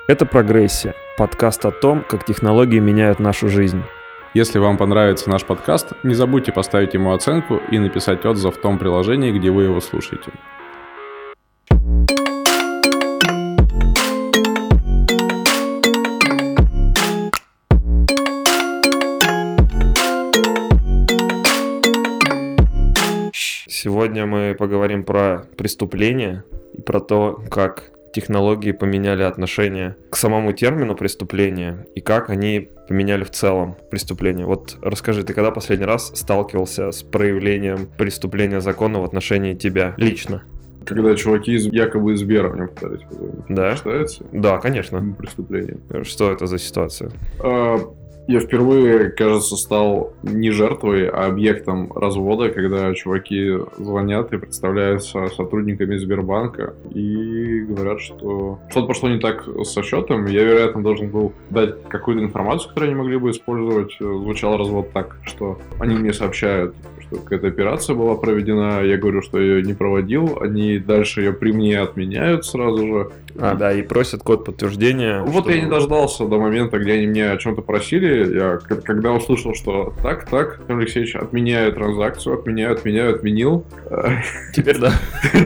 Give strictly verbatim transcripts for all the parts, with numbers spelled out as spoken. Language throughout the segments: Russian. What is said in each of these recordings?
Это «Прогрессия» – подкаст о том, как технологии меняют нашу жизнь. Если вам понравится наш подкаст, не забудьте поставить ему оценку и написать отзыв в том приложении, где вы его слушаете. Сегодня мы поговорим про преступления и про то, как технологии поменяли отношение к самому термину преступления и как они поменяли в целом преступление. Вот расскажи, ты когда последний раз сталкивался с проявлением преступления закона в отношении тебя лично? Когда чуваки из, якобы из Сбера мне пытались позвонить. Да? Считается? Да, конечно. Преступлением. Что это за ситуация? А, я впервые, кажется, стал не жертвой, а объектом развода, когда чуваки звонят и представляются сотрудниками Сбербанка и говорят, что что-то пошло не так со счетом. Я, вероятно, должен был дать какую-то информацию, которую они могли бы использовать. Звучал развод так, что они мне сообщают, что какая-то операция была проведена, я говорю, что я ее не проводил, они дальше ее при мне отменяют сразу же. А, да, и просят код подтверждения. Вот что... я не дождался до момента, где они меня о чем-то просили. Я, когда услышал, что так, так, Алексей Алексеевич, отменяю транзакцию, отменяю, отменяю, отменил. Теперь да.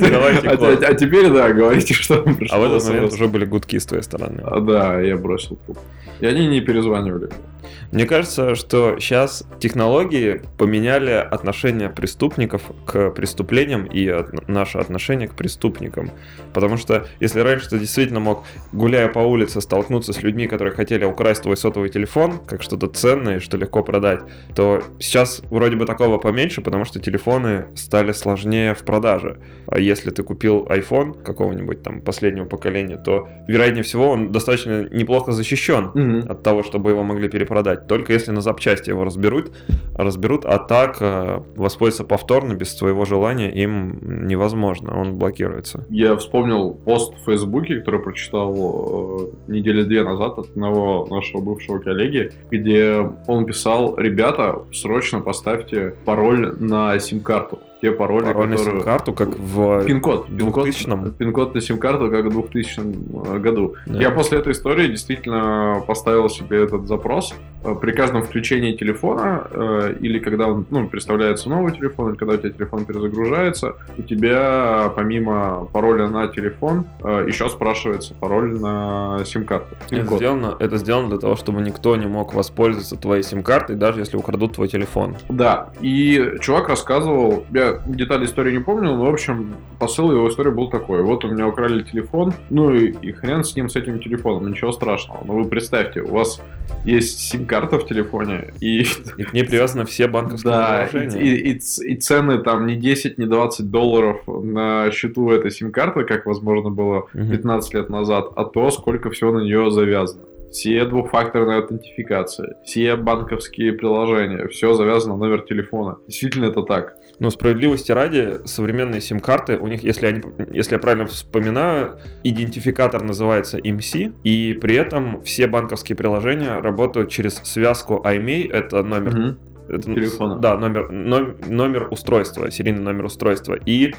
А теперь да, говорите, что вам пришло. А в этот момент уже были гудки с твоей стороны. Да, я бросил трубку. И они не перезванивали. Мне кажется, что сейчас технологии поменяли отношение преступников к преступлениям и от... наше отношение к преступникам. Потому что если раньше ты действительно мог, гуляя по улице, столкнуться с людьми, которые хотели украсть твой сотовый телефон, как что-то ценное, что легко продать, то сейчас вроде бы такого поменьше, потому что телефоны стали сложнее в продаже. А если ты купил iPhone какого-нибудь там последнего поколения, то, вероятнее всего, он достаточно неплохо защищен mm-hmm. от того, чтобы его могли перепродать. Только если на запчасти его разберут, разберут, а так э, воспользоваться повторно без своего желания им невозможно, он блокируется. Я вспомнил пост в Фейсбуке, который прочитал э, недели две назад от одного нашего бывшего коллеги, где он писал: ребята, срочно поставьте пароль на сим-карту. Те пароли, Пароль которые... на сим-карту, как в Пин-код. двухтысячном? Пин-код на сим-карту, как в двухтысячном году. Да. Я после этой истории действительно поставил себе этот запрос. При каждом включении телефона, э, или когда он, ну, представляется новый телефон, или когда у тебя телефон перезагружается, у тебя помимо пароля на телефон э, еще спрашивается пароль на сим-карту. Это сделано, это сделано для того, чтобы никто не мог воспользоваться твоей сим-картой, даже если украдут твой телефон. Да, и чувак рассказывал, я детали истории не помню, но, в общем, посыл его истории был такой: вот у меня украли телефон, ну и, и хрен с ним, с этим телефоном, ничего страшного. Но вы представьте, у вас есть сим-карта в телефоне, и... И к ней привязаны все банковские да, приложения. И, и, и, и цены там не десять, не двадцать долларов на счету этой сим-карты, как, возможно, было пятнадцать лет назад, а то, сколько всего на нее завязано. Все двухфакторная аутентификация, все банковские приложения, все завязано на номер телефона. Действительно это так. Но справедливости ради, современные сим-карты, у них, если, они, если я правильно вспоминаю, идентификатор называется эм си, и при этом все банковские приложения работают через связку ай эм эй, это номер... Угу. Это, телефона. Да, номер, номер, номер устройства, серийный номер устройства, и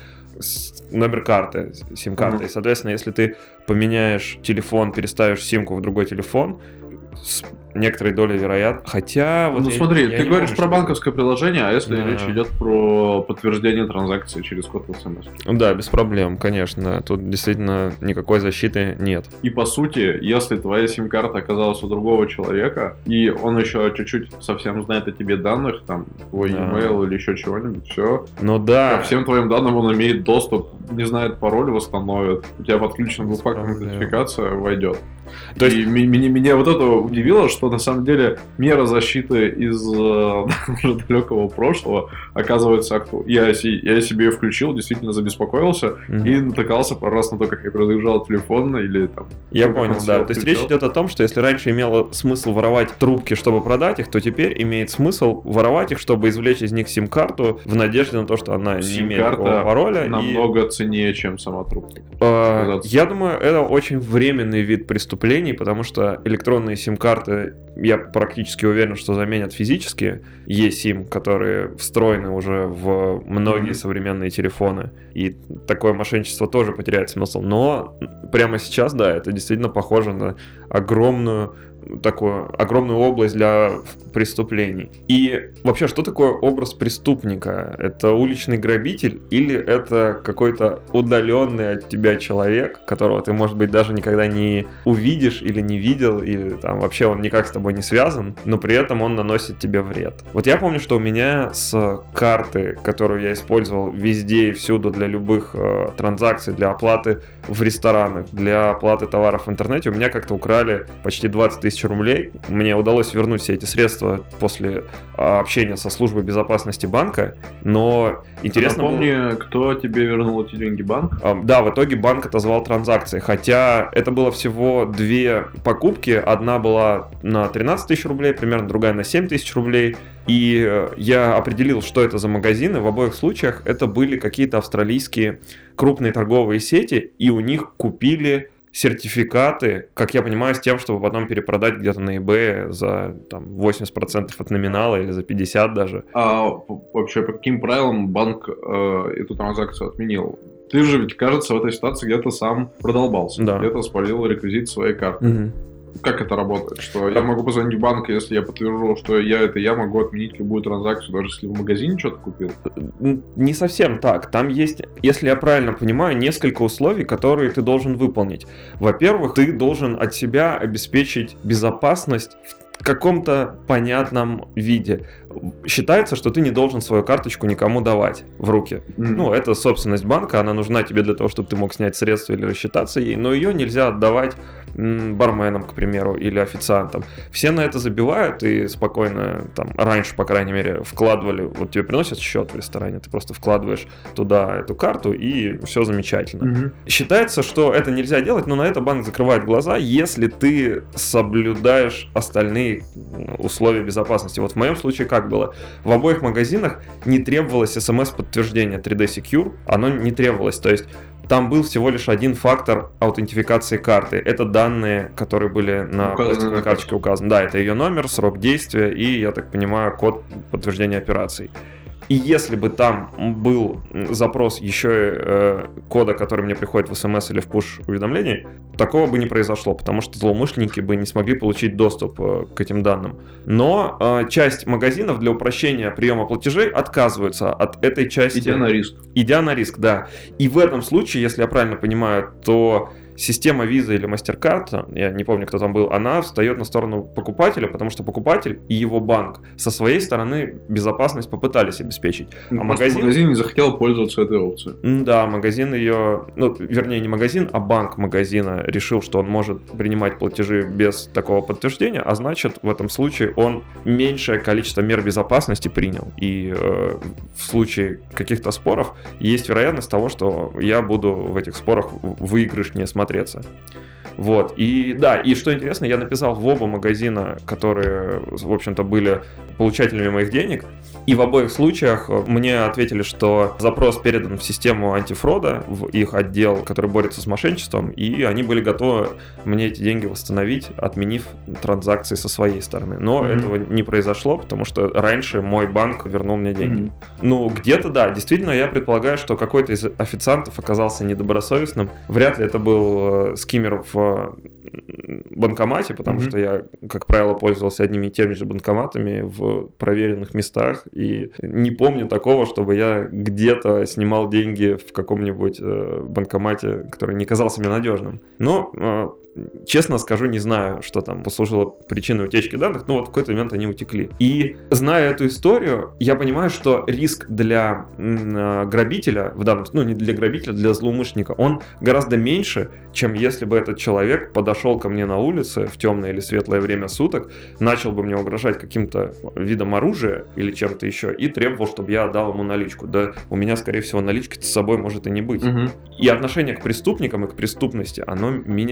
номер карты, сим-карты. Uh-huh. И, соответственно, если ты поменяешь телефон, переставишь симку в другой телефон, с некоторой долей вероятно. Хотя... Вот ну я, смотри, я ты говоришь помню, про банковское это... приложение, а если да. речь идет про подтверждение транзакции через код в смс? Да, без проблем, конечно. Тут действительно никакой защиты нет. И по сути, если твоя сим-карта оказалась у другого человека, и он еще чуть-чуть совсем знает о тебе данных, там, твой да. e-mail или еще чего-нибудь, все. Ну да. Ко всем твоим данным он имеет доступ, не знает пароль, восстановит. У тебя подключена двухфакторная аутентификация, войдет. То есть... И меня, меня вот это удивило, что на самом деле мера защиты из э, далекого прошлого оказывается актуальной. Я, я себе ее включил, действительно забеспокоился mm-hmm. и натыкался пару раз на то, как я перезагружал телефон или там... Я понял, да. То есть речь идет о том, что если раньше имело смысл воровать трубки, чтобы продать их, то теперь имеет смысл воровать их, чтобы извлечь из них сим-карту в надежде на то, что она не имеет никакого пароля. Намного и... ценнее, чем сама трубка. Э, я думаю, это очень временный вид преступления. преступлений, потому что электронные сим-карты, я практически уверен, что заменят физические eSIM, которые встроены уже в многие mm-hmm. современные телефоны. И такое мошенничество тоже потеряет смысл. Но прямо сейчас, да, это действительно похоже на огромную такую огромную область для преступлений. И вообще, что такое образ преступника? Это уличный грабитель или это какой-то удаленный от тебя человек, которого ты, может быть, даже никогда не увидишь или не видел, или там вообще он никак с тобой не связан, но при этом он наносит тебе вред? Вот я помню, что у меня с карты, которую я использовал везде и всюду для любых э, транзакций, для оплаты в ресторанах, для оплаты товаров в интернете, у меня как-то украли почти двадцать тысяч рублей. Мне удалось вернуть все эти средства после общения со службой безопасности банка, но интересно Напомни, было... кто тебе вернул эти деньги, банк? Да, в итоге банк отозвал транзакции, хотя это было всего две покупки. Одна была на тринадцать тысяч рублей, примерно другая на семь тысяч рублей. И я определил, что это за магазины. В обоих случаях это были какие-то австралийские крупные торговые сети, и у них купили сертификаты, как я понимаю, с тем, чтобы потом перепродать где-то на eBay за там, восемьдесят процентов от номинала или за пятьдесят даже. А вообще по каким правилам банк э, эту транзакцию отменил? Ты же ведь, кажется, в этой ситуации где-то сам продолбался, да. где-то спалил реквизит своей карты. Угу. Как это работает? Что я могу позвонить в банк, если я подтвержу, что я это я, могу отменить любую транзакцию, даже если в магазине что-то купил? Не совсем так. Там есть, если я правильно понимаю, несколько условий, которые ты должен выполнить. Во-первых, ты должен от себя обеспечить безопасность в каком-то понятном виде. Считается, что ты не должен свою карточку никому давать в руки. Mm-hmm. Ну, это собственность банка, она нужна тебе для того, чтобы ты мог снять средства или рассчитаться ей, но ее нельзя отдавать м, барменам, к примеру, или официантам. Все на это забивают и спокойно, там, раньше, по крайней мере, вкладывали, вот тебе приносят счет в ресторане, ты просто вкладываешь туда эту карту, и все замечательно. Mm-hmm. Считается, что это нельзя делать, но на это банк закрывает глаза, если ты соблюдаешь остальные условия безопасности. Вот в моем случае как было? В обоих магазинах не требовалось смс-подтверждения три дэ Secure, оно не требовалось, то есть там был всего лишь один фактор аутентификации карты. Это данные, которые были на пластиковой карточке указаны. Да, это ее номер, срок действия и, я так понимаю, код подтверждения операций. И если бы там был запрос еще э, кода, который мне приходит в смс или в пуш-уведомлении, такого бы не произошло, потому что злоумышленники бы не смогли получить доступ э, к этим данным. Но э, часть магазинов для упрощения приема платежей отказываются от этой части. Идя на риск. Идя на риск, да. И в этом случае, если я правильно понимаю, то система Visa или MasterCard, я не помню, кто там был, она встает на сторону покупателя, потому что покупатель и его банк со своей стороны безопасность попытались обеспечить. А магазин... магазин не захотел пользоваться этой опцией. Да, магазин ее, ну, вернее, не магазин, а банк магазина решил, что он может принимать платежи без такого подтверждения, а значит, в этом случае он меньшее количество мер безопасности принял. И э, в случае каких-то споров есть вероятность того, что я буду в этих спорах выигрышнее смотреть. смотреться. Вот. И да, и что интересно, я написал в оба магазина, которые, в общем-то, были получателями моих денег, и в обоих случаях мне ответили, что запрос передан в систему антифрода, в их отдел, который борется с мошенничеством, и они были готовы мне эти деньги восстановить, отменив транзакции со своей стороны. Но mm-hmm. этого не произошло, потому что раньше мой банк вернул мне деньги. Mm-hmm. Ну, где-то да, действительно, я предполагаю, что какой-то из официантов оказался недобросовестным. Вряд ли это был скиммер в банкомате, потому mm-hmm. что я, как правило, пользовался одними и теми же банкоматами в проверенных местах, и не помню такого, чтобы я где-то снимал деньги в каком-нибудь банкомате, который не казался мне надежным. Но честно скажу, не знаю, что там послужило причиной утечки данных, но вот в какой-то момент они утекли. И зная эту историю, я понимаю, что риск для м, грабителя, в данном случае, ну не для грабителя, для злоумышленника, он гораздо меньше, чем если бы этот человек подошел ко мне на улице в темное или светлое время суток, начал бы мне угрожать каким-то видом оружия или чем-то еще и требовал, чтобы я отдал ему наличку. Да у меня, скорее всего, налички с собой может и не быть. Угу. И отношение к преступникам и к преступности, оно меняется.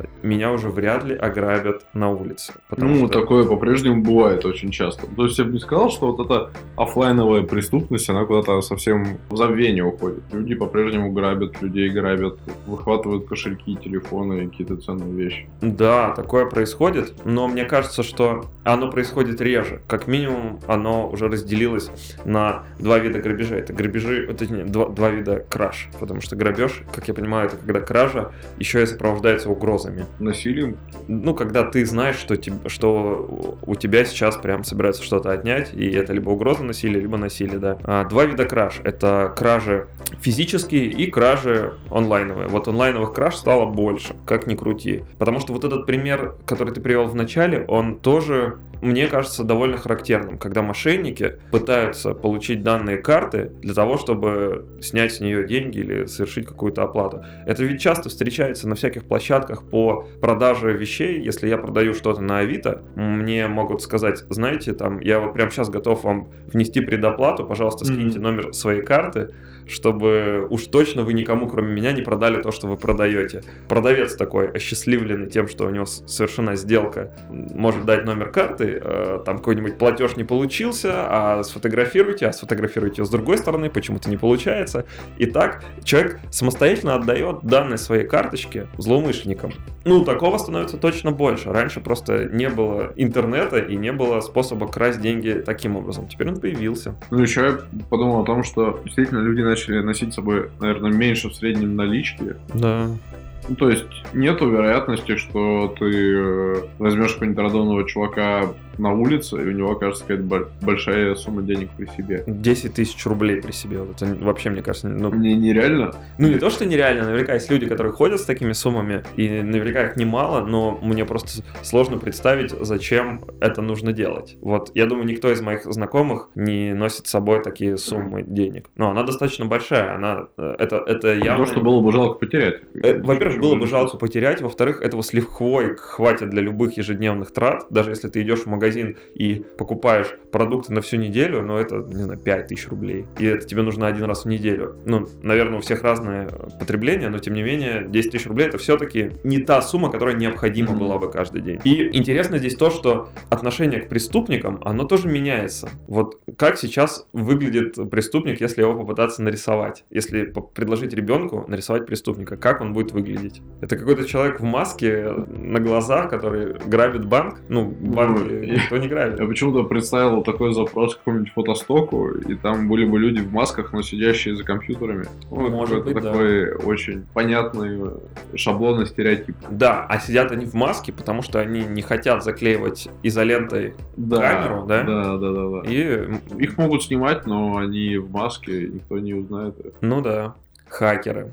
меня уже вряд ли ограбят на улице. Ну, что... такое по-прежнему бывает очень часто. То есть я бы не сказал, что вот эта офлайновая преступность, она куда-то совсем в забвение уходит. Люди по-прежнему грабят, людей грабят, выхватывают кошельки, телефоны и какие-то ценные вещи. Да, такое происходит, но мне кажется, что оно происходит реже. Как минимум, оно уже разделилось на два вида грабежей. Это грабежи, это не, два, два вида краж. Потому что грабеж, как я понимаю, это когда кража еще и сопровождается угрозами. Насилием? Ну, когда ты знаешь, что, тебе, что у тебя сейчас прям собираются что-то отнять, и это либо угроза насилия, либо насилие, да. А, два вида краж. Это кражи физические и кражи онлайновые. Вот онлайновых краж стало больше, как ни крути. Потому что вот этот пример, который ты привел в начале, он тоже, мне кажется, довольно характерным, когда мошенники пытаются получить данные карты для того, чтобы снять с нее деньги или совершить какую-то оплату. Это ведь часто встречается на всяких площадках по продаже вещей. Если я продаю что-то на Авито, мне могут сказать, знаете, там, я вот прямо сейчас готов вам внести предоплату, пожалуйста, скиньте mm-hmm. номер своей карты, чтобы уж точно вы никому, кроме меня, не продали то, что вы продаете. Продавец такой, осчастливленный тем, что у него совершена сделка, может дать номер карты, э, там какой-нибудь платеж не получился, а сфотографируйте, а сфотографируйте с другой стороны, почему-то не получается. И так человек самостоятельно отдает данные своей карточки злоумышленникам. Ну, такого становится точно больше. Раньше просто не было интернета и не было способа красть деньги таким образом. Теперь он появился. Ну, еще я подумал о том, что действительно люди начали носить с собой, наверное, меньше в среднем налички. Да. Ну, то есть нету вероятности, что ты возьмешь какого-нибудь рандомного чувака на улице, и у него окажется какая-то большая сумма денег при себе. десять тысяч рублей при себе. Вот это вообще, мне кажется... Ну, не, нереально? Ну, не то, что нереально. Наверняка есть люди, которые ходят с такими суммами, и наверняка их немало, но мне просто сложно представить, зачем это нужно делать. Вот, я думаю, никто из моих знакомых не носит с собой такие суммы денег. Но она достаточно большая, она... Это, это явно... То, что было бы жалко потерять. Во-первых, было бы жалко потерять, во-вторых, этого с лихвой хватит для любых ежедневных трат, даже если ты идешь в магазин и покупаешь продукты на всю неделю, но это, не знаю, пять тысяч рублей, и это тебе нужно один раз в неделю. Ну, наверное, у всех разное потребление, но тем не менее десять тысяч рублей это все-таки не та сумма, которая необходима была бы каждый день. И интересно здесь то, что отношение к преступникам, оно тоже меняется. Вот как сейчас выглядит преступник, если его попытаться нарисовать? Если предложить ребенку нарисовать преступника, как он будет выглядеть? Это какой-то человек в маске на глазах, который грабит банк? Ну, банк никто не грабит. Я почему-то представил такой запрос к какому-нибудь фотостоку, и там были бы люди в масках, но сидящие за компьютерами. Ну, может быть, такой да. очень понятный шаблонный стереотип. Да, а сидят они в маске, потому что они не хотят заклеивать изолентой да, камеру, да? Да, да, да, да. И... Их могут снимать, но они в маске, никто не узнает. Ну да, хакеры.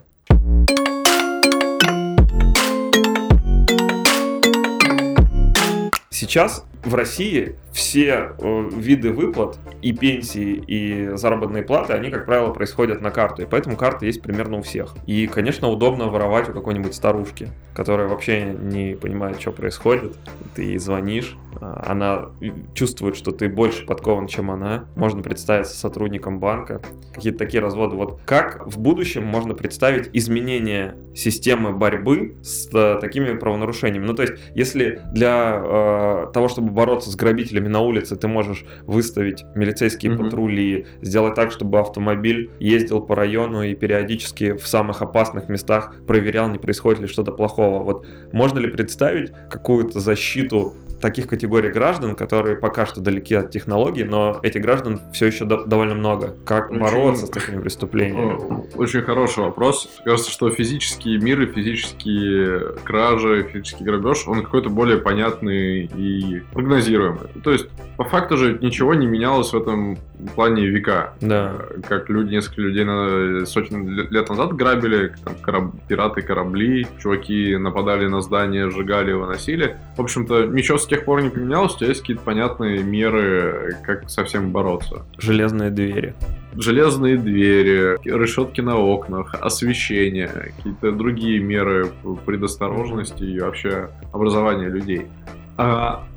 Сейчас в России все э, виды выплат и пенсии, и заработные платы, они, как правило, происходят на карту, и поэтому карта есть примерно у всех. И, конечно, удобно воровать у какой-нибудь старушки, которая вообще не понимает, что происходит. Ты ей звонишь, она чувствует, что ты больше подкован, чем она. Можно представиться сотрудником банка. Какие-то такие разводы. Вот как в будущем можно представить изменение системы борьбы с э, такими правонарушениями? Ну, то есть, если для э, того, чтобы бороться с грабителями на улице, ты можешь выставить милицейские mm-hmm. патрули, сделать так, чтобы автомобиль ездил по району и периодически в самых опасных местах проверял, не происходит ли что-то плохого. Вот можно ли представить какую-то защиту таких категорий граждан, которые пока что далеки от технологий, но этих граждан все еще до- довольно много. Как очень, бороться с такими преступлениями? Очень хороший вопрос. Кажется, что физические миры, физические кражи, физический грабеж, он какой-то более понятный и прогнозируемый. То есть, по факту же ничего не менялось в этом плане века. Да. Как люди, несколько людей на сотни лет назад грабили, там, кораб, пираты, корабли, чуваки нападали на здания, сжигали, выносили. В общем-то, ничего с тех пор не поменялось, у тебя есть какие-то понятные меры, как со всем бороться. Железные двери. Железные двери, решетки на окнах, освещение, какие-то другие меры предосторожности и вообще образования людей. А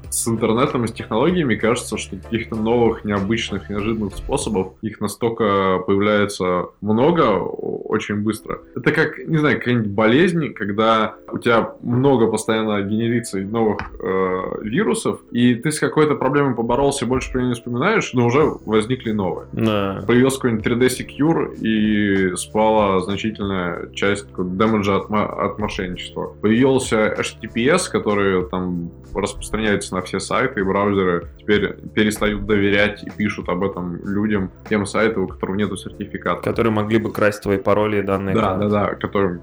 с интернетом и с технологиями кажется, что каких-то новых, необычных, неожиданных способов, их настолько появляется много очень быстро. Это как, не знаю, какая-нибудь болезнь, когда у тебя много постоянно генерится новых э, вирусов, и ты с какой-то проблемой поборолся, больше про нее не вспоминаешь, но уже возникли новые. Да. Появился какой-нибудь три дэ Secure, и спала значительная часть дэмэджа от, от мошенничества. Появился эйч ти ти пи эс, который там распространяется на все сайты и браузеры. Теперь перестают доверять и пишут об этом людям, тем сайтам, у которых нету сертификата. Которые могли бы красть твои пароли и данные. Да, да, да, которые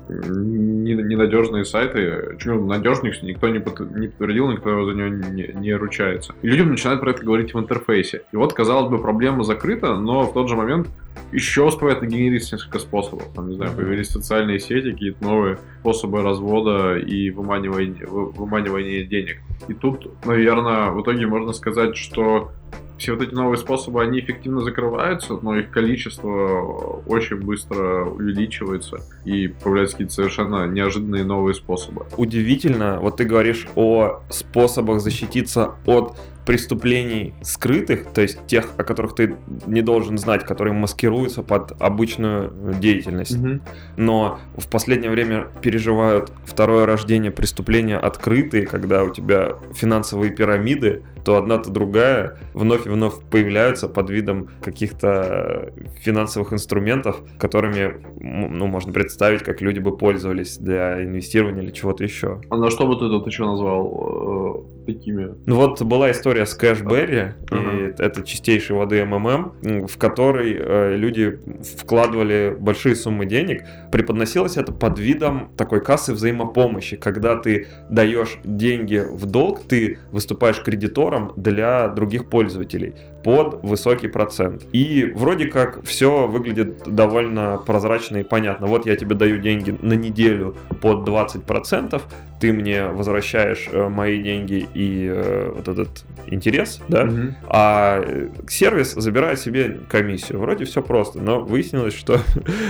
ненадежные сайты. Почему надежных никто не подтвердил, никто за него не, не ручается. И людям начинают про это говорить в интерфейсе. И вот, казалось бы, проблема закрыта, но в тот же момент еще успевает генерировать несколько способов. Там, не знаю, появились социальные сети, какие-то новые способы развода и выманивания, выманивания денег. И тут, наверное, в итоге можно сказать, что все вот эти новые способы, они эффективно закрываются, но их количество очень быстро увеличивается, и появляются какие-то совершенно неожиданные новые способы. Удивительно, вот ты говоришь о способах защититься от преступлений скрытых, то есть тех, о которых ты не должен знать, которые маскируются под обычную деятельность. Mm-hmm. Но в последнее время переживают второе рождение преступления открытые, когда у тебя финансовые пирамиды, то одна, то другая, вновь и вновь появляются под видом каких-то финансовых инструментов, которыми, ну, можно представить, как люди бы пользовались для инвестирования или чего-то еще. А на что бы ты тут еще назвал э, такими? Ну вот была история с Кэшберри, uh-huh. и это чистейшей воды эм эм эм, в которой э, люди вкладывали большие суммы денег. Преподносилось это под видом такой кассы взаимопомощи, когда ты даешь деньги в долг, ты выступаешь кредитором для других пользователей под высокий процент. И вроде как все выглядит довольно прозрачно и понятно. Вот я тебе даю деньги на неделю под двадцать процентов, ты мне возвращаешь э, мои деньги и э, вот этот интерес, да, mm-hmm. а сервис забирает себе комиссию. Вроде все просто, но выяснилось, что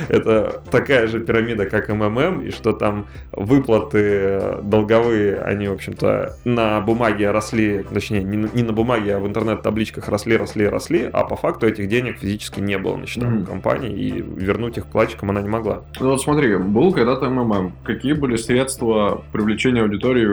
это такая же пирамида, как эм эм эм, и что там выплаты долговые, они, в общем-то, на бумаге росли, точнее, не, не на бумаге, а в интернет-табличках росли, росли, росли, а по факту этих денег физически не было на счетах mm-hmm. компании, и вернуть их вкладчикам она не могла. Ну вот смотри, был когда-то эм эм эм. Какие были средства привлечения аудитории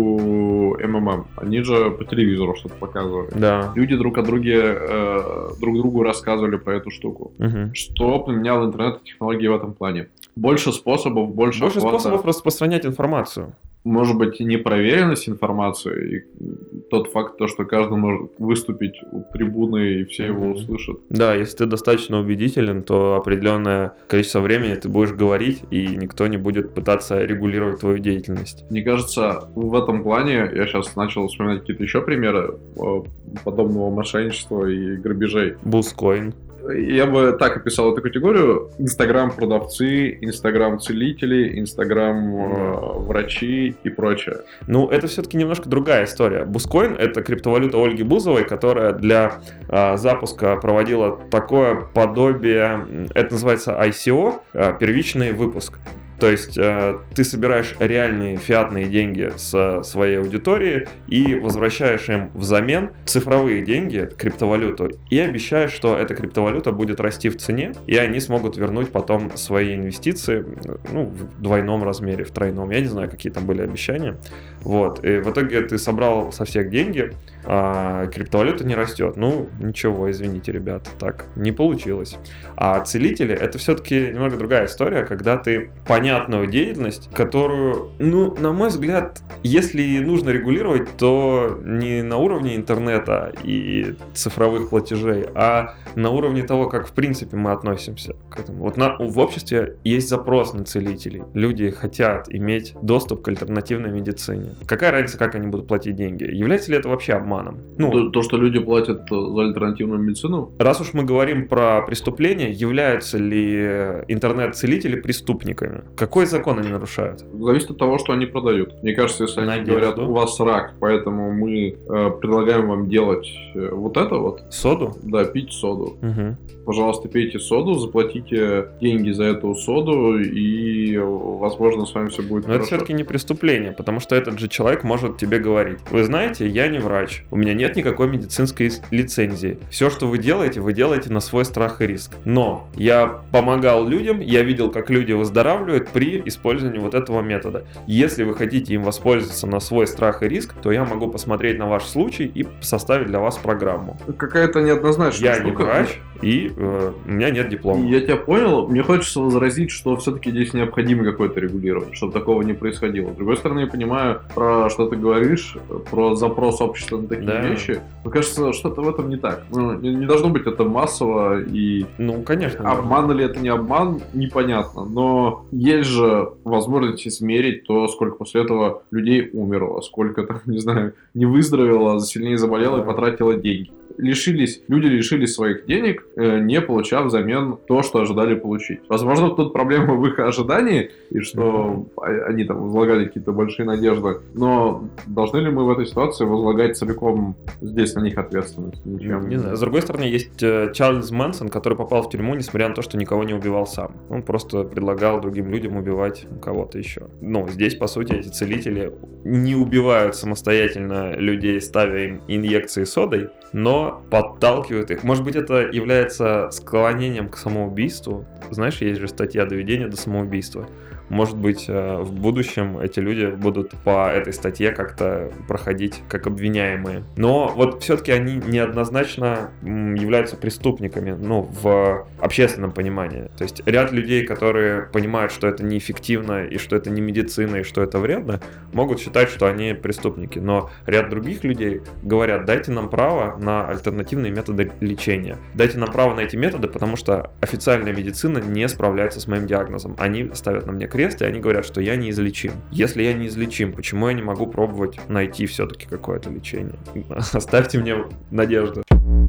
у эм эм эм? Они же по телевизору что-то показывали. Да. Люди друг о друге, э, друг другу рассказывали про эту штуку. Угу. Что поменял интернет и технологии в этом плане? Больше способов, больше Больше охвата. способов распространять информацию. Может быть, непроверенность информации, и тот факт, то, что каждый может выступить у трибуны, и все его mm-hmm. услышат. Да, если ты достаточно убедителен, то определенное количество времени ты будешь говорить, и никто не будет пытаться регулировать твою деятельность. Мне кажется, в этом плане, я сейчас начал вспоминать какие-то еще примеры подобного мошенничества и грабежей. Бускоин. Я бы так описал эту категорию: Инстаграм-продавцы, Инстаграм-целители, Инстаграм-врачи и прочее. Ну, это все-таки немножко другая история. Бускоин — это криптовалюта Ольги Бузовой, которая для а, запуска проводила такое подобие, это называется ай си о, а, первичный выпуск. То есть э, ты собираешь реальные фиатные деньги со своей аудитории и возвращаешь им взамен цифровые деньги, криптовалюту, и обещаешь, что эта криптовалюта будет расти в цене, и они смогут вернуть потом свои инвестиции, ну, в двойном размере, в тройном. Я не знаю, какие там были обещания. Вот. И в итоге ты собрал со всех деньги, а криптовалюта не растет. Ну, ничего, извините, ребят, так не получилось. А целители — это все-таки немного другая история, когда ты понятную деятельность, которую, ну, на мой взгляд, если нужно регулировать, то не на уровне интернета и цифровых платежей, а на уровне того, как в принципе мы относимся к этому. Вот на, в обществе есть запрос на целителей. Люди хотят иметь доступ к альтернативной медицине. Какая разница, как они будут платить деньги? Является ли это вообще обманом? карманом. Ну, то, то, что люди платят за альтернативную медицину? Раз уж мы говорим про преступления, являются ли интернет-целители преступниками? Какой закон они нарушают? Зависит от того, что они продают. Мне кажется, если они Надежду. говорят, у вас рак, поэтому мы э, предлагаем вам делать э, вот это вот. Соду? Да, пить соду. Угу. Пожалуйста, пейте соду, заплатите деньги за эту соду, и, возможно, с вами все будет Но хорошо. это все-таки не преступление, потому что этот же человек может тебе говорить: вы знаете, я не врач, у меня нет никакой медицинской лицензии. Все, что вы делаете, вы делаете на свой страх и риск. Но я помогал людям, я видел, как люди выздоравливают при использовании вот этого метода. Если вы хотите им воспользоваться на свой страх и риск, то я могу посмотреть на ваш случай и составить для вас программу. Какая-то неоднозначная Я штука. не врач, и э, у меня нет диплома. Я тебя понял. Мне хочется возразить, что все-таки здесь необходимо какое-то регулирование, чтобы такого не происходило. С другой стороны, я понимаю, про что ты говоришь, про запрос общества на такие Да. вещи. Мне кажется, что-то в этом не так. Ну, не, не должно быть это массово, и Ну, конечно. обман или это не обман, непонятно. Но есть же возможность измерить то, сколько после этого людей умерло, сколько там, не знаю, не выздоровело, сильнее заболело Да. и потратило деньги. Лишились, люди лишились своих денег, э, не получав взамен то, что ожидали получить. Возможно, тут проблема в их ожидании, и что mm-hmm. они там возлагали какие-то большие надежды. Но должны ли мы в этой ситуации возлагать целиком здесь на них ответственность? Ничем. Не знаю. С другой стороны, есть э, Чарльз Мэнсон, который попал в тюрьму, несмотря на то, что никого не убивал сам. Он просто предлагал другим людям убивать кого-то еще. Ну, здесь, по сути, эти целители не убивают самостоятельно людей, ставя им инъекции содой, но подталкивают их. Может быть, это является склонением к самоубийству. Знаешь, есть же статья «Доведение до самоубийства». Может быть, в будущем эти люди будут по этой статье как-то проходить как обвиняемые. Но вот все-таки они неоднозначно являются преступниками, ну, в общественном понимании. То есть ряд людей, которые понимают, что это неэффективно, и что это не медицина, и что это вредно, могут считать, что они преступники. Но ряд других людей говорят: дайте нам право на альтернативные методы лечения. Дайте нам право на эти методы, потому что официальная медицина не справляется с моим диагнозом. Они ставят на мне крест, и они говорят, что я неизлечим. Если я неизлечим, почему я не могу пробовать найти все-таки какое-то лечение? Оставьте мне надежду.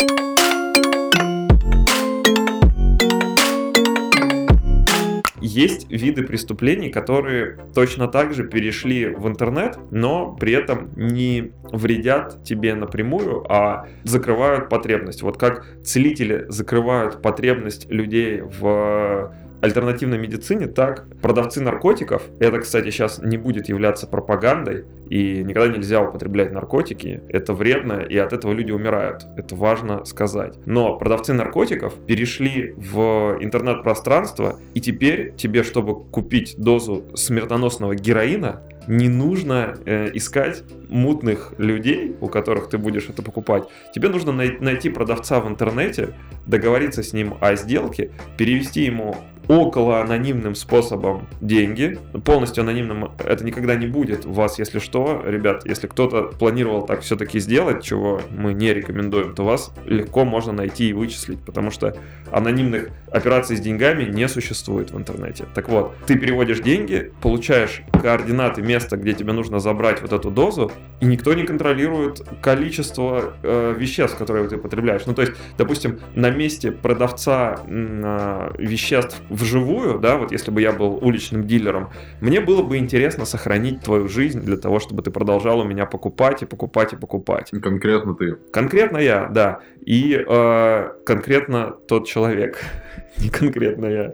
Есть виды преступлений, которые точно так же перешли в интернет, но при этом не вредят тебе напрямую, а закрывают потребность. Вот как целители закрывают потребность людей в альтернативной медицине, так продавцы наркотиков, это, кстати, сейчас не будет являться пропагандой, и никогда нельзя употреблять наркотики, это вредно, и от этого люди умирают, это важно сказать. Но продавцы наркотиков перешли в интернет-пространство, и теперь тебе, чтобы купить дозу смертоносного героина, не нужно э, искать мутных людей, у которых ты будешь это покупать. Тебе нужно най- найти продавца в интернете, договориться с ним о сделке, перевести ему около анонимным способом деньги. Полностью анонимным это никогда не будет. У вас, если что, ребят, если кто-то планировал так все-таки сделать, чего мы не рекомендуем, то вас легко можно найти и вычислить, потому что анонимных операций с деньгами не существует в интернете. Так вот, ты переводишь деньги, получаешь координаты места, где тебе нужно забрать вот эту дозу, и никто не контролирует количество э, веществ, которые ты потребляешь. Ну, то есть, допустим, на месте продавца э, веществ вживую, да, вот если бы я был уличным дилером, мне было бы интересно сохранить твою жизнь для того, чтобы ты продолжал у меня покупать и покупать и покупать. Конкретно ты. Конкретно я, да. И э, конкретно тот человек. Не конкретно я.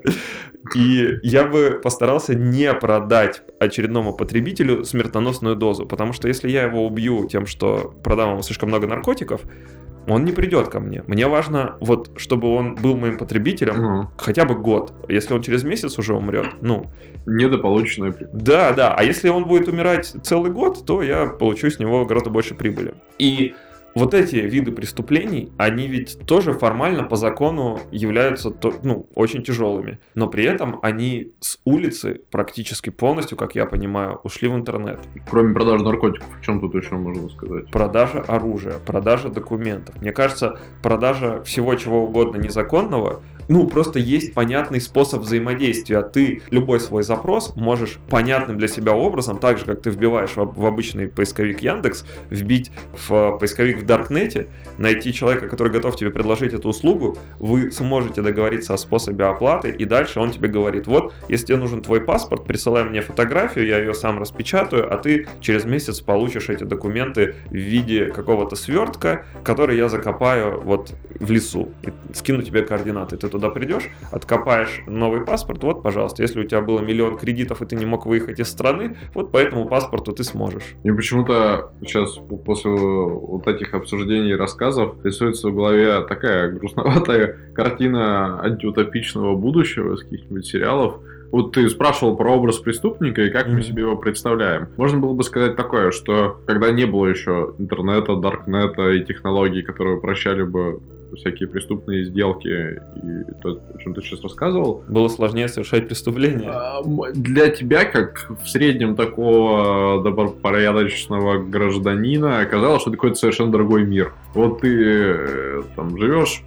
И я бы постарался не продать очередному потребителю смертоносную дозу, потому что если я его убью тем, что продам ему слишком много наркотиков, он не придет ко мне. Мне важно, вот, чтобы он был моим потребителем угу. хотя бы год. Если он через месяц уже умрет, ну... Недополученная прибыль. Да, да. А если он будет умирать целый год, то я получу с него гораздо больше прибыли. И вот эти виды преступлений, они ведь тоже формально по закону являются, ну, очень тяжелыми. Но при этом они с улицы практически полностью, как я понимаю, ушли в интернет. Кроме продажи наркотиков, о чем тут еще можно сказать? Продажа оружия, продажа документов. Мне кажется, продажа всего чего угодно незаконного, ну, просто есть понятный способ взаимодействия. Ты любой свой запрос можешь понятным для себя образом, так же, как ты вбиваешь в, в обычный поисковик Яндекс, вбить в поисковик в Даркнете, найти человека, который готов тебе предложить эту услугу, вы сможете договориться о способе оплаты, и дальше он тебе говорит: вот, если тебе нужен твой паспорт, присылай мне фотографию, я ее сам распечатаю, а ты через месяц получишь эти документы в виде какого-то свертка, который я закопаю вот в лесу, и скину тебе координаты. Ты туда придешь, откопаешь новый паспорт, вот, пожалуйста, если у тебя было миллион кредитов, и ты не мог выехать из страны, вот по этому паспорту ты сможешь. И почему-то сейчас, после вот этих обсуждений и рассказов, рисуется в голове такая грустноватая картина антиутопичного будущего из каких-нибудь сериалов. Вот ты спрашивал про образ преступника и как mm-hmm. мы себе его представляем. Можно было бы сказать такое, что когда не было еще интернета, даркнета и технологий, которые упрощали бы всякие преступные сделки и то, о чем ты сейчас рассказывал, было сложнее совершать преступления. Для тебя, как в среднем такого добропорядочного гражданина, оказалось, что это какой-то совершенно другой мир. Вот ты там живешь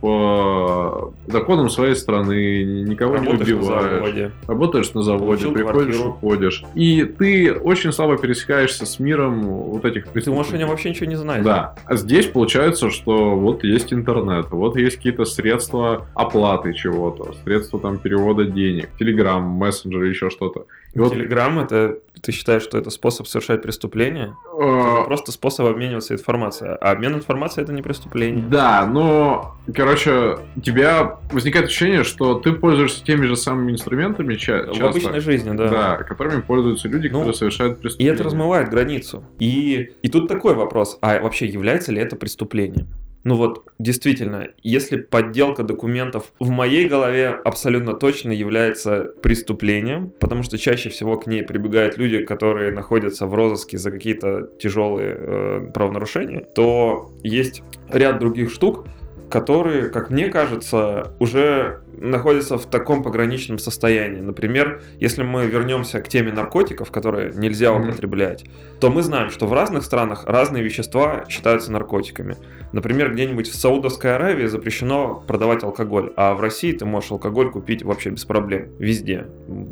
по законам своей страны, никого работаешь не убиваешь. На заводе. Работаешь на заводе, Получил приходишь, квартиру. уходишь. И ты очень слабо пересекаешься с миром вот этих преступников. Ты можешь о нем вообще ничего не знать. Да. А здесь получается, что вот есть интернет, вот есть какие-то средства оплаты чего-то, средства там перевода денег, Telegram, мессенджеры, еще что-то. И вот... Telegram, это ты считаешь, что это способ совершать преступление? Это просто способ обмениваться информацией. А обмен информацией — это не преступление. Да, но, короче, у тебя возникает ощущение, что ты пользуешься теми же самыми инструментами ча- часто. В обычной жизни, да. Да, которыми пользуются люди, ну, которые совершают преступления. И это размывает границу. И, и тут такой вопрос, а вообще является ли это преступлением? Ну вот, действительно, если подделка документов в моей голове абсолютно точно является преступлением, потому что чаще всего к ней прибегают люди, которые находятся в розыске за какие-то тяжелые э, правонарушения, то есть ряд других штук, которые, как мне кажется, уже находятся в таком пограничном состоянии. Например, если мы вернемся к теме наркотиков, которые нельзя употреблять, то мы знаем, что в разных странах разные вещества считаются наркотиками. Например, где-нибудь в Саудовской Аравии запрещено продавать алкоголь, а в России ты можешь алкоголь купить вообще без проблем, везде,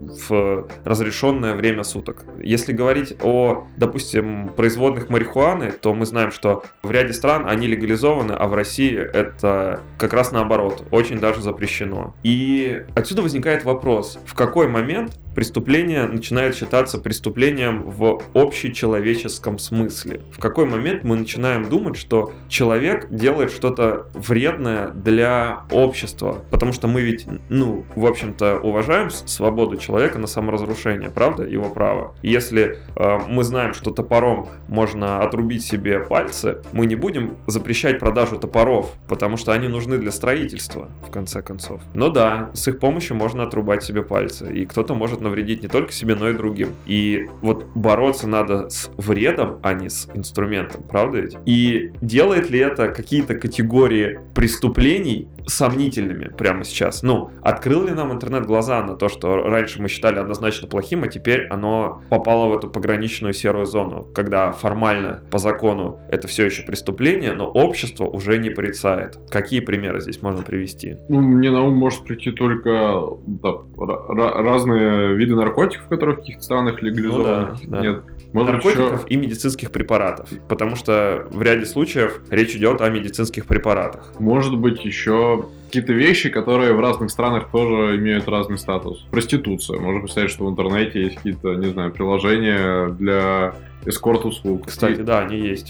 в разрешенное время суток. Если говорить о, допустим, производных марихуаны, то мы знаем, что в ряде стран они легализованы, а в России это как раз наоборот, очень даже запрещено. И отсюда возникает вопрос, в какой момент преступление начинает считаться преступлением в общечеловеческом смысле? В какой момент мы начинаем думать, что человек делает что-то вредное для общества? Потому что мы ведь, ну, в общем-то, уважаем свободу человека на саморазрушение, правда? Его право. И если э, мы знаем, что топором можно отрубить себе пальцы, мы не будем запрещать продажу топоров, потому что они нужны для строительства, в конце концов. Но да, с их помощью можно отрубать себе пальцы, и кто-то может навредить не только себе, но и другим. И вот бороться надо с вредом, а не с инструментом, правда ведь? И делает ли это какие-то категории преступлений сомнительными прямо сейчас? Ну, открыл ли нам интернет глаза на то, что раньше мы считали однозначно плохим, а теперь оно попало в эту пограничную серую зону, когда формально, по закону, это все еще преступление, но общество уже не порицает. Какие примеры здесь можно привести? Ну, мне на ум может прийти только да, р- разные виды наркотиков, которые в каких-то странах легализованы, ну, да, да. нет. Может, наркотиков еще... и медицинских препаратов, потому что в ряде случаев речь идет о медицинских препаратах. Может быть, еще какие-то вещи, которые в разных странах тоже имеют разный статус. Проституция. Можно представить, что в интернете есть какие-то, не знаю, приложения для эскорт-услуг. Кстати, и... да, они есть.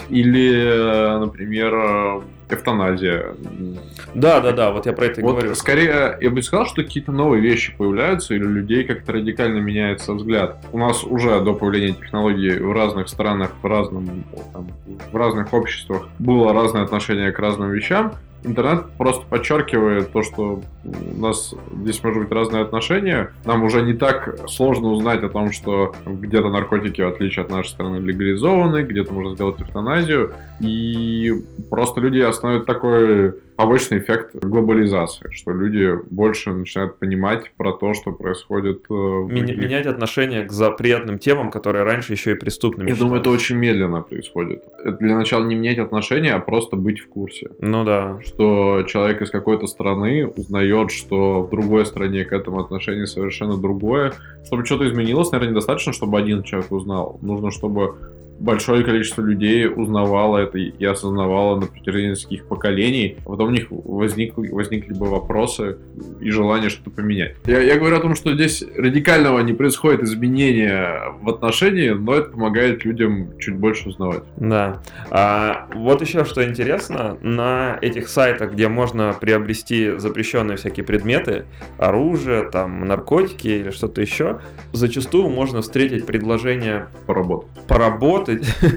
Или, например, эвтаназия. Да, да, да, вот я про это и вот говорю. Скорее, я бы сказал, что какие-то новые вещи появляются, или у людей как-то радикально меняется взгляд. У нас уже до появления технологий в разных странах, в, разном, там, в разных обществах было разное отношение к разным вещам. Интернет просто подчеркивает то, что у нас здесь может быть разные отношения. Нам уже не так сложно узнать о том, что где-то наркотики, в отличие от нашей страны, легализованы, где-то можно сделать эвтаназию. И просто люди остановят такой побочный эффект глобализации, что люди больше начинают понимать про то, что происходит э, в Меня- других. Менять отношение к запретным темам, которые раньше еще и преступными Я думаю, это считались. очень медленно происходит. Это для начала не менять отношения, а просто быть в курсе. Ну да. Что человек из какой-то страны узнает, что в другой стране к этому отношение совершенно другое. Чтобы что-то изменилось, наверное, недостаточно, чтобы один человек узнал. Нужно, чтобы большое количество людей узнавало это и осознавало на протяжении нескольких поколений, а потом у них возникли, возникли бы вопросы и желание что-то поменять. Я, я говорю о том, что здесь радикального не происходит изменения в отношении, но это помогает людям чуть больше узнавать. Да. А вот еще что интересно, на этих сайтах, где можно приобрести запрещенные всякие предметы, оружие, там, наркотики или что-то еще, зачастую можно встретить предложение Поработать. поработать.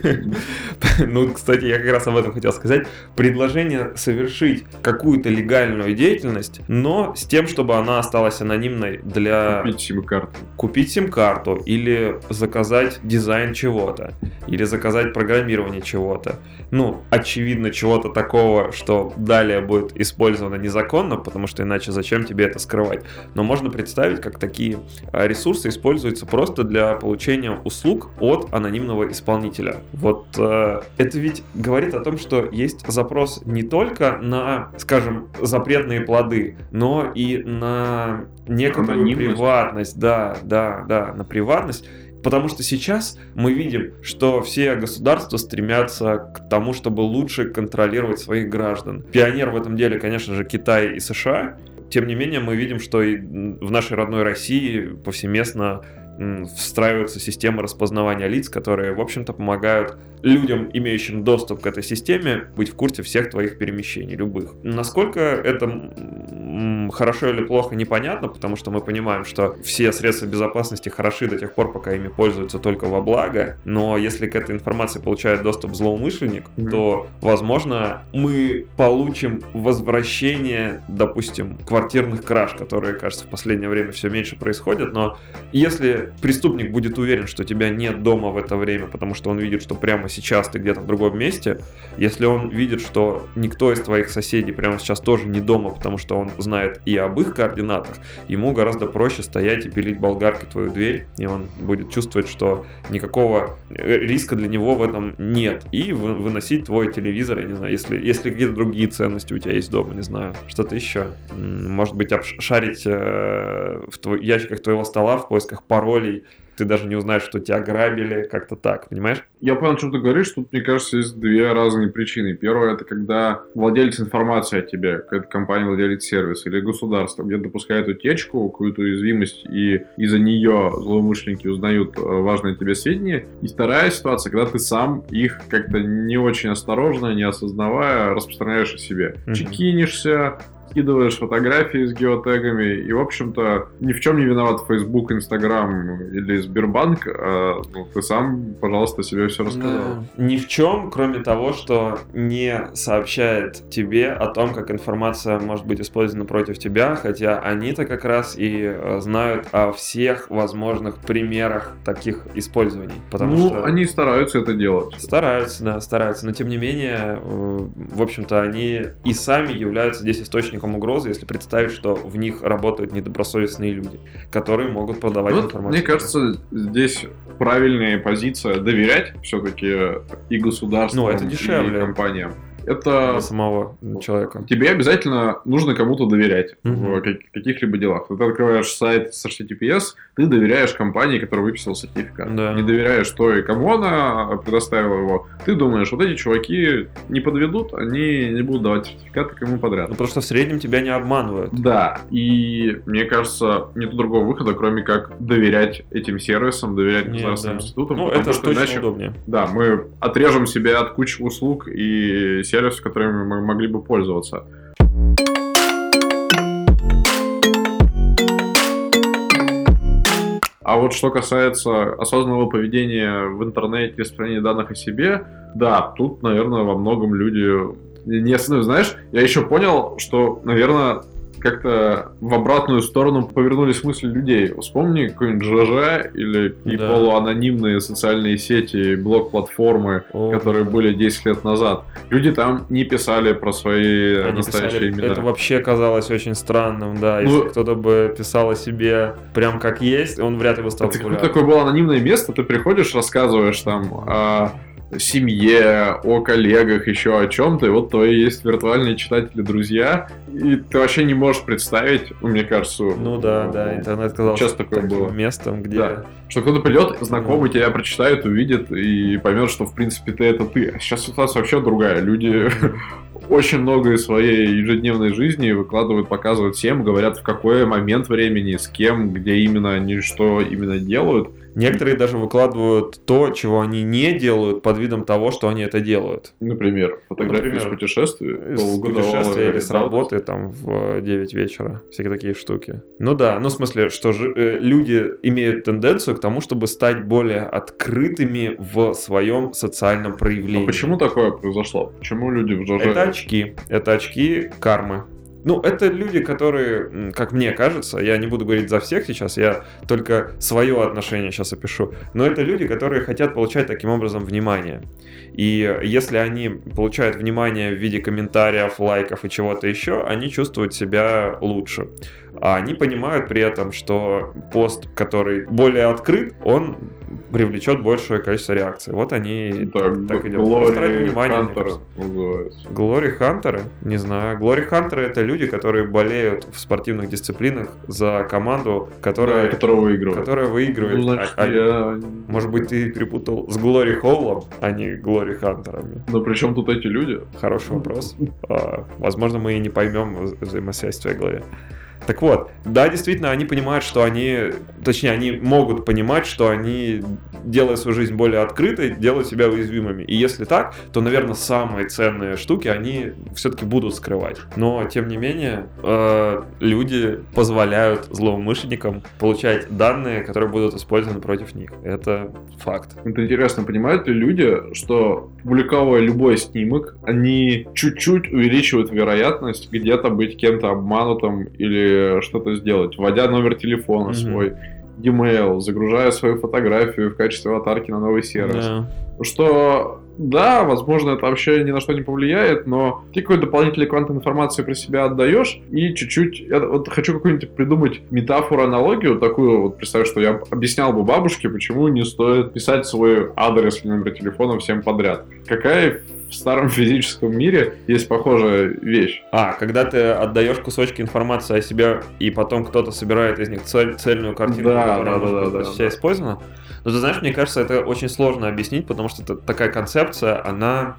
Ну, кстати, я как раз об этом хотел сказать. Предложение совершить какую-то легальную деятельность, но с тем, чтобы она осталась анонимной для... Купить сим-карту. Купить сим-карту или заказать дизайн чего-то, или заказать программирование чего-то. Ну, очевидно, чего-то такого, что далее будет использовано незаконно, потому что иначе зачем тебе это скрывать. Но можно представить, как такие ресурсы используются просто для получения услуг от анонимного исполнителя. Вот э, это ведь говорит о том, что есть запрос не только на, скажем, запретные плоды, но и на некоторую Анонимность. приватность. Да, да, да, на приватность. Потому что сейчас мы видим, что все государства стремятся к тому, чтобы лучше контролировать своих граждан. Пионер в этом деле, конечно же, Китай и США. Тем не менее, мы видим, что и в нашей родной России повсеместно встраиваются системы распознавания лиц, которые, в общем-то, помогают людям, имеющим доступ к этой системе, быть в курсе всех твоих перемещений, любых. Насколько это хорошо или плохо, непонятно, потому что мы понимаем, что все средства безопасности хороши до тех пор, пока ими пользуются только во благо, но если к этой информации получает доступ злоумышленник, mm-hmm. то, возможно, мы получим возвращение, допустим, квартирных краж, которые, кажется, в последнее время все меньше происходят, но если преступник будет уверен, что тебя нет дома в это время, потому что он видит, что прямо сейчас ты где-то в другом месте, если он видит, что никто из твоих соседей прямо сейчас тоже не дома, потому что он знает и об их координатах, ему гораздо проще стоять и пилить болгаркой твою дверь, и он будет чувствовать, что никакого риска для него в этом нет, и выносить твой телевизор, я не знаю, если, если какие-то другие ценности у тебя есть дома, не знаю, что-то еще. Может быть, обшарить э, в твой, ящиках твоего стола в поисках паролей, ты даже не узнаешь, что тебя грабили, как-то так, понимаешь? Я понял, о чем ты говоришь. Тут, мне кажется, есть две разные причины. Первое, это когда владелец информации о тебе, какая-то компания, владелец сервиса или государство, где допускает утечку, какую-то уязвимость, и из-за нее злоумышленники узнают важные тебе сведения. И вторая ситуация, когда ты сам их как-то не очень осторожно, не осознавая, распространяешь о себе. Mm-hmm. Чекинишься, скидываешь фотографии с геотегами, и, в общем-то, ни в чем не виноват Facebook, Instagram или Сбербанк, а ну, ты сам, пожалуйста, себе все рассказал. Да. Ни в чем, кроме того, что не сообщает тебе о том, как информация может быть использована против тебя, хотя они-то как раз и знают о всех возможных примерах таких использований. Потому ну, что они стараются это делать. Стараются, да, стараются, но тем не менее, в общем-то, они и сами являются здесь источником угрозы, если представить, что в них работают недобросовестные люди, которые могут продавать ну, информацию. Мне кажется, здесь правильная позиция доверять все-таки и государству, ну, это дешевле. И компаниям. Это для самого человека. Тебе обязательно нужно кому-то доверять uh-huh. в каких-либо делах. Ты открываешь сайт с эйч ти ти пи эс, ты доверяешь компании, которая выписала сертификат. Да. Не доверяешь той, кому она предоставила его. Ты думаешь, вот эти чуваки не подведут, они не будут давать сертификаты кому подряд. Ну, потому что в среднем тебя не обманывают. Да, и мне кажется, нет другого выхода, кроме как доверять этим сервисам, доверять нет, государственным да. институтам. Ну, это что точно иначе, удобнее. Да, мы отрежем себя от кучи услуг и сервисов, которыми мы могли бы пользоваться. А вот что касается осознанного поведения в интернете и распространения данных о себе, да, тут, наверное, во многом люди не остановились. Знаешь, я еще понял, что, наверное, как-то в обратную сторону повернулись мысли людей. Вспомни какой-нибудь ЖЖ или и Да. полуанонимные социальные сети, блог-платформы, О, которые да. были десять лет назад. Люди там не писали про свои Они настоящие писали, имена. это вообще казалось очень странным, да. Ну, Если кто-то бы писал о себе прям как есть, он вряд ли бы стал Это какое популярным. такое было анонимное место, ты приходишь, рассказываешь там о семье, о коллегах, еще о чем-то, и вот твои есть виртуальные читатели, друзья, и ты вообще не можешь представить, ну, мне кажется... Ну да, да, интернет казался Сейчас такое таким было. местом, где... Да. Что кто-то придет, знакомый тебя прочитает, увидит и поймет, что в принципе ты это ты. А сейчас ситуация вообще другая. Люди очень много из своей ежедневной жизни выкладывают, показывают всем, говорят, в какой момент времени, с кем, где именно они что именно делают. Некоторые даже выкладывают то, чего они не делают, под видом того, что они это делают. Например, фотографии Например, из путешествий, С полугодового путешествия или с ритуала. работы там в девять вечера. Всякие такие штуки. Ну да, ну в смысле, что же, э, люди имеют тенденцию к тому, чтобы стать более открытыми в своем социальном проявлении. А почему такое произошло? Почему люди в ЖЖ... Это очки. Это очки кармы. Ну, это люди, которые, м, как мне кажется, я не буду говорить за всех сейчас, я только свое отношение сейчас опишу, но это люди, которые хотят получать таким образом внимание. И если они получают внимание в виде комментариев, лайков и чего-то еще, они чувствуют себя лучше. А они понимают при этом, что пост, который более открыт, он привлечет большее количество реакций. Вот они Так, так и делают. Просто ради Глори внимания, мне Хантер кажется. называется. Глори Хантеры? Не знаю. Глори Хантеры — это люди, которые болеют в спортивных дисциплинах за команду, которая, Да, которого выигрывает. которая выигрывает. Ну, значит, А- а- я... Может быть, ты перепутал с Глори Холлом, а не Глори Хантерами? Но при чем тут эти люди? Хороший вопрос. А, возможно, мы и не поймем вза- взаимосвязь в твоей голове. Так вот, да, действительно, они понимают, что они, точнее, они могут понимать, что они, делая свою жизнь более открытой, делают себя уязвимыми. И если так, то, наверное, самые ценные штуки они все-таки будут скрывать. Но, тем не менее, э, люди позволяют злоумышленникам получать данные, которые будут использованы против них. Это факт. Это интересно, понимают ли люди, что публиковывая любой снимок, они чуть-чуть увеличивают вероятность где-то быть кем-то обманутым или что-то сделать, вводя номер телефона Мгм. свой, e-mail, загружая свою фотографию в качестве аватарки на новый сервис. Да. Что, да, возможно, это вообще ни на что не повлияет, но ты какой-то дополнительный квант информации про себя отдаешь, и чуть-чуть... Я вот хочу какую-нибудь придумать метафору, аналогию такую, вот представь, что я объяснял бы бабушке, почему не стоит писать свой адрес или номер телефона всем подряд. Какая в старом физическом мире есть похожая вещь? А, когда ты отдаешь кусочки информации о себе, и потом кто-то собирает из них цель, цельную картину, Да, которая да, может да, быть да, для да, себя да. использована. Но ты знаешь, мне кажется, это очень сложно объяснить, потому что это такая концепция, она...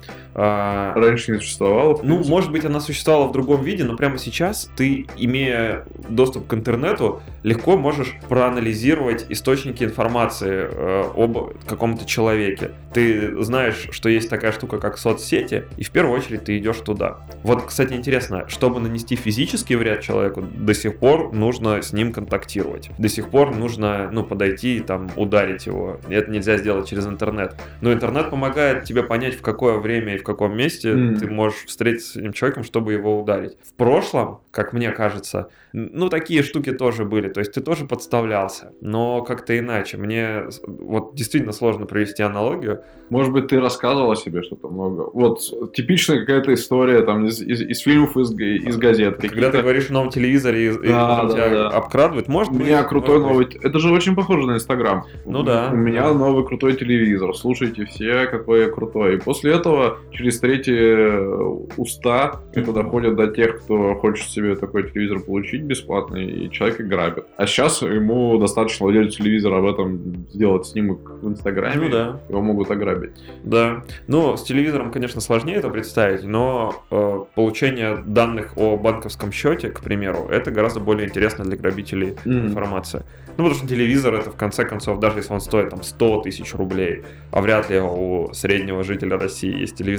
а, Раньше не существовало. в Ну, принципе. может быть, она существовала в другом виде, но прямо сейчас ты, имея доступ к интернету, легко можешь проанализировать источники информации э, об каком-то человеке. Ты знаешь, что есть такая штука, как соцсети, и в первую очередь ты идешь туда. Вот, кстати, интересно, чтобы нанести физический вред человеку, до сих пор нужно с ним контактировать. До сих пор нужно, ну, подойти и там ударить его. И это нельзя сделать через интернет. Но интернет помогает тебе понять, в какое время и в каком месте Mm. ты можешь встретиться с этим человеком, чтобы его ударить. В прошлом, как мне кажется, ну, такие штуки тоже были. То есть ты тоже подставлялся, но как-то иначе. Мне вот действительно сложно провести аналогию. Может быть, ты рассказывал о себе что-то много. Вот типичная какая-то история там из, из, из фильмов, из, из газет. Когда какие-то- ты говоришь о новом телевизоре, и, и Да, потом да, тебя да. обкрадывают, может У быть. меня крутой может быть. новый... Это же очень похоже на Инстаграм. Ну да, У меня да. новый крутой телевизор. Слушайте все, какой я крутой. И после этого через третьи уста это доходит до тех, кто хочет себе такой телевизор получить бесплатный, и человека грабит. А сейчас ему достаточно владельцу телевизора об этом сделать снимок в Инстаграме, Ну да. его могут ограбить. Да. Ну, с телевизором, конечно, сложнее это представить, но э, получение данных о банковском счете, к примеру, это гораздо более интересно для грабителей Мгм. информация. Ну, потому что телевизор, это в конце концов, даже если он стоит там сто тысяч рублей, а вряд ли у среднего жителя России есть телевизор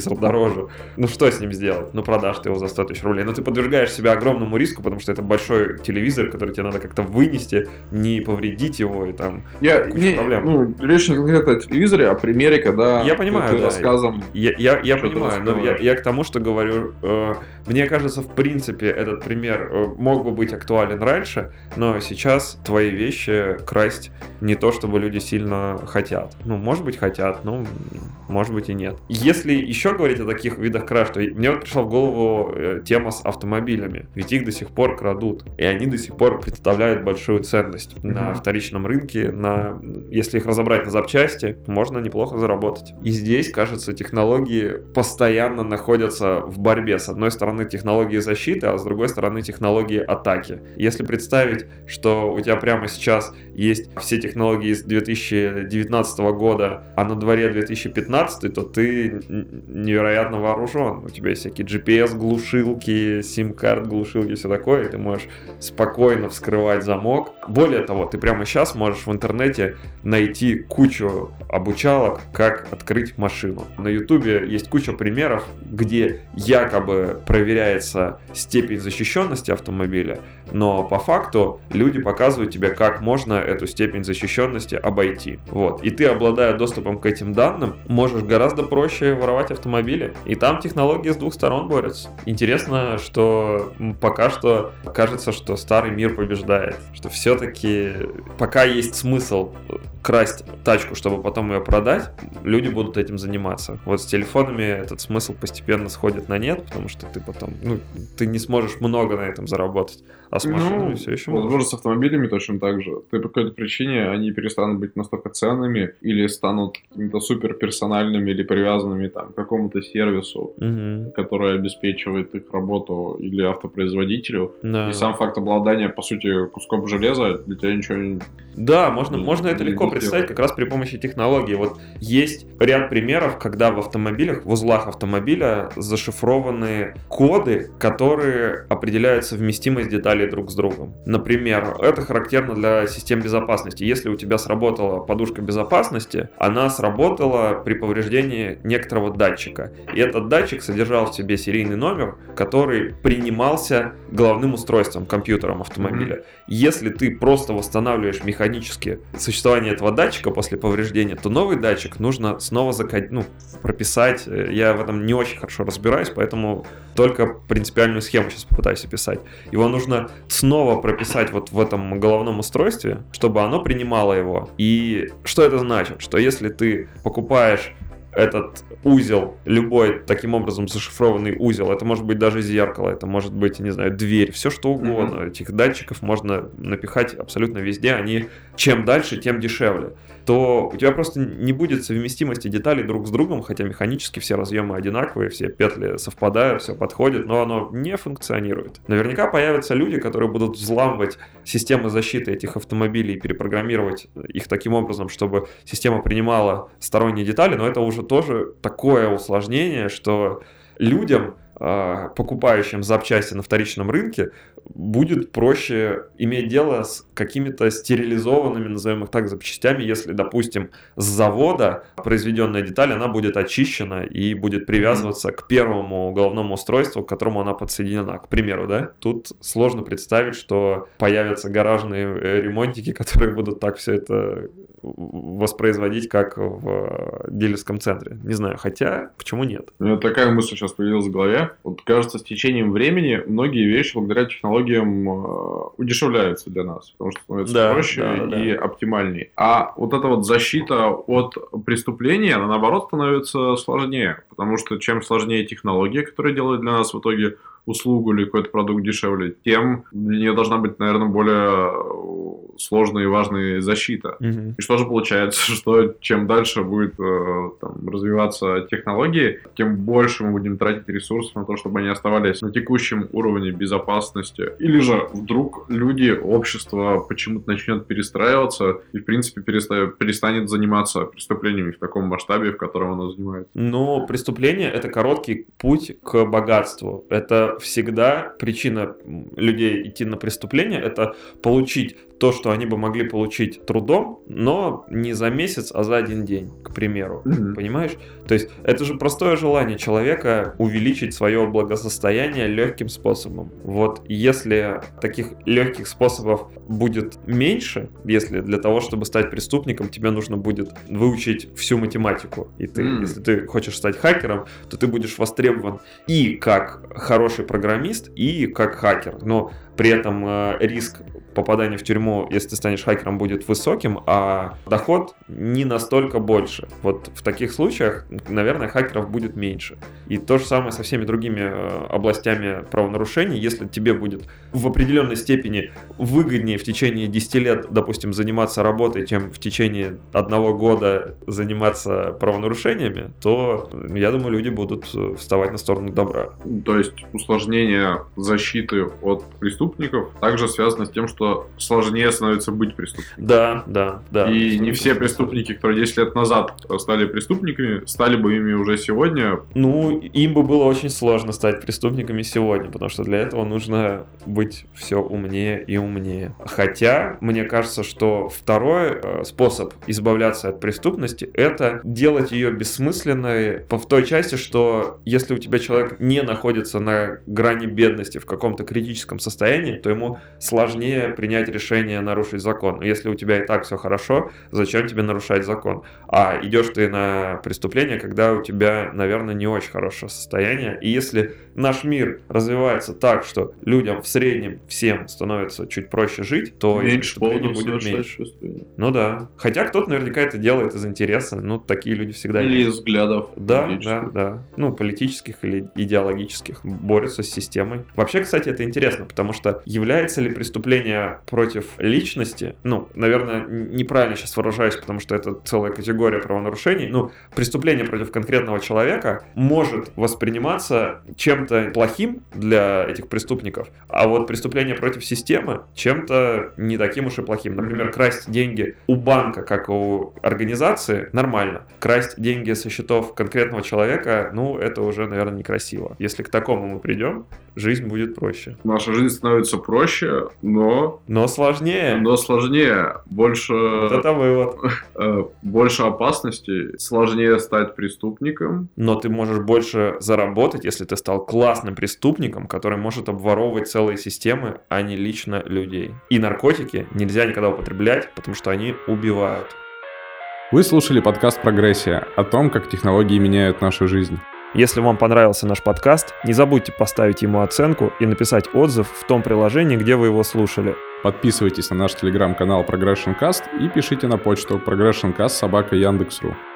телевизор дороже. Ну что с ним сделать? Ну продашь ты его за сто тысяч рублей. Но ты подвергаешь себя огромному риску, потому что это большой телевизор, который тебе надо как-то вынести, не повредить его и там я, куча не, проблем. Ну, речь не конкретно о телевизоре, а о примере, когда я понимаю, ты да. рассказом... Я, я, я понимаю, но я, я к тому, что говорю, э, мне кажется, в принципе, этот пример э, мог бы быть актуален раньше, но сейчас твои вещи красть не то, чтобы люди сильно хотят. Ну, может быть, хотят, ну, может быть и нет. Если еще говорить о таких видах краж, то мне вот пришла в голову э, тема с автомобилями. Ведь их до сих пор крадут. И они до сих пор представляют большую ценность mm-hmm. на вторичном рынке. На... Если их разобрать на запчасти, можно неплохо заработать. И здесь, кажется, технологии постоянно находятся в борьбе. С одной стороны, технологии защиты, а с другой стороны, технологии атаки. Если представить, что у тебя прямо сейчас есть все технологии с две тысячи девятнадцатого года, а на дворе две тысячи пятнадцатый, то ты невероятно вооружен. У тебя есть всякие джи пи эс-глушилки, сим-карт глушилки, все такое, и ты можешь спокойно вскрывать замок. Более того, ты прямо сейчас можешь в интернете найти кучу обучалок, как открыть машину. На ютубе есть куча примеров, где якобы проверяется степень защищенности автомобиля, но по факту люди показывают тебе, как можно эту степень защищенности обойти. Вот. И ты, обладая доступом к этим данным, можешь гораздо проще воровать автомобили. И там технологии с двух сторон борются. Интересно, что пока что кажется, что старый мир побеждает. Что все-таки пока есть смысл красть тачку, чтобы потом ее продать, люди будут этим заниматься. Вот с телефонами этот смысл постепенно сходит на нет, потому что ты потом, ну, ты не сможешь много на этом заработать. А с машинами ну, все еще можно. Возможно, с автомобилями точно так же. Ты по какой-то причине они перестанут быть настолько ценными или станут какими-то супер персональными или привязанными там, к какому-то сервису, угу. который обеспечивает их работу или автопроизводителю. Да. И сам факт обладания, по сути, куском железа для тебя ничего не... Да, можно, не, можно это легко представить как раз при помощи технологии. Вот есть ряд примеров, когда в автомобилях, в узлах автомобиля зашифрованы коды, которые определяют совместимость деталей друг с другом. Например, это характерно для систем безопасности. Если у тебя сработала подушка безопасности, она сработала при повреждении некоторого датчика. И этот датчик содержал в себе серийный номер, который принимался головным устройством, компьютером автомобиля. Mm-hmm. Если ты просто восстанавливаешь механически существование этого датчика после повреждения, то новый датчик нужно снова закод... ну, прописать. Я в этом не очень хорошо разбираюсь, поэтому только принципиальную схему сейчас попытаюсь описать. Его нужно снова прописать вот в этом головном устройстве, чтобы оно принимало его. И что это значит? Что если ты покупаешь этот узел, любой таким образом зашифрованный узел, это может быть даже зеркало, это может быть, не знаю, дверь, все что угодно. Mm-hmm. Этих датчиков можно напихать абсолютно везде, они чем дальше, тем дешевле. То у тебя просто не будет совместимости деталей друг с другом, хотя механически все разъемы одинаковые, все петли совпадают, все подходит, но оно не функционирует. Наверняка появятся люди, которые будут взламывать системы защиты этих автомобилей и перепрограммировать их таким образом, чтобы система принимала сторонние детали, но это уже тоже такое усложнение, что людям, покупающим запчасти на вторичном рынке, будет проще иметь дело с какими-то стерилизованными, назовем их так, запчастями, если, допустим, с завода произведенная деталь, она будет очищена и будет привязываться mm-hmm. к первому головному устройству, к которому она подсоединена, к примеру, да? Тут сложно представить, что появятся гаражные ремонтики, которые будут так все это воспроизводить, как в дилерском центре. Не знаю, хотя, почему нет? У меня такая мысль сейчас появилась в голове. Вот, кажется, с течением времени многие вещи благодаря технологиям э, удешевляются для нас, потому что становится да, проще да, и да. оптимальнее. А вот эта вот защита от преступления, она, наоборот, становится сложнее, потому что чем сложнее технология, которая делает для нас в итоге услугу или какой-то продукт дешевле, тем для нее должна быть, наверное, более сложная и важная защита. Угу. И что же получается, что чем дальше будет э, там, развиваться технологии, тем больше мы будем тратить ресурсов на то, чтобы они оставались на текущем уровне безопасности. Или же вдруг люди, общество почему-то начнет перестраиваться и, в принципе, переста- перестанет заниматься преступлениями в таком масштабе, в котором оно занимается. Но преступление — это короткий путь к богатству. Это всегда причина людей идти на преступление — это получить то, что они бы могли получить трудом, но не за месяц, а за один день, к примеру. Mm-hmm. Понимаешь? То есть это же простое желание человека увеличить свое благосостояние легким способом. Вот если таких легких способов будет меньше, если для того, чтобы стать преступником, тебе нужно будет выучить всю математику. И ты, mm. если ты хочешь стать хакером, то ты будешь востребован и как хороший программист, и как хакер. Но при этом э, риск попадания в тюрьму, если ты станешь хакером, будет высоким, а доход не настолько больше. Вот в таких случаях, наверное, хакеров будет меньше. И то же самое со всеми другими э, областями правонарушений. Если тебе будет в определенной степени выгоднее в течение десяти лет, допустим, заниматься работой, чем в течение одного года заниматься правонарушениями, то, я думаю, люди будут вставать на сторону добра. То есть усложнение защиты от преступников также связано с тем, что сложнее становится быть преступником. Да, да, да. И не все преступники, которые десять лет назад стали преступниками, стали бы ими уже сегодня. Ну, им бы было очень сложно стать преступниками сегодня, потому что для этого нужно быть все умнее и умнее. Хотя, мне кажется, что второй способ избавляться от преступности — это делать ее бессмысленной в той части, что если у тебя человек не находится на грани бедности в каком-то критическом состоянии, то ему сложнее принять решение нарушить закон. Но если у тебя и так все хорошо, зачем тебе нарушать закон? А идешь ты на преступление, когда у тебя, наверное, не очень хорошее состояние. И если наш мир развивается так, что людям в среднем всем становится чуть проще жить, то меньше преступлений будет меньше. Ну да. Хотя кто-то наверняка это делает из интереса. Ну, такие люди всегда или есть. Из взглядов. Да, да, да. Ну, политических или идеологических. Борются с системой. Вообще, кстати, это интересно, потому что является ли преступление против личности, ну, наверное, неправильно сейчас выражаюсь, потому что это целая категория правонарушений, ну, преступление против конкретного человека может восприниматься чем-то плохим для этих преступников, а вот преступление против системы чем-то не таким уж и плохим. Например, красть деньги у банка, как у организации, нормально. Красть деньги со счетов конкретного человека, ну, это уже, наверное, некрасиво. Если к такому мы придем, жизнь будет проще. Наша жизнь становится проще, но... Но сложнее. Но сложнее. Больше... Вот это вывод. Больше опасностей. Сложнее стать преступником. Но ты можешь больше заработать, если ты стал классным преступником, который может обворовывать целые системы, а не лично людей. И наркотики нельзя никогда употреблять, потому что они убивают. Вы слушали подкаст «Прогрессия» о том, как технологии меняют нашу жизнь. Если вам понравился наш подкаст, не забудьте поставить ему оценку и написать отзыв в том приложении, где вы его слушали. Подписывайтесь на наш телеграм-канал ProgressionCast и пишите на почту progressioncast собака яндекс точка ру.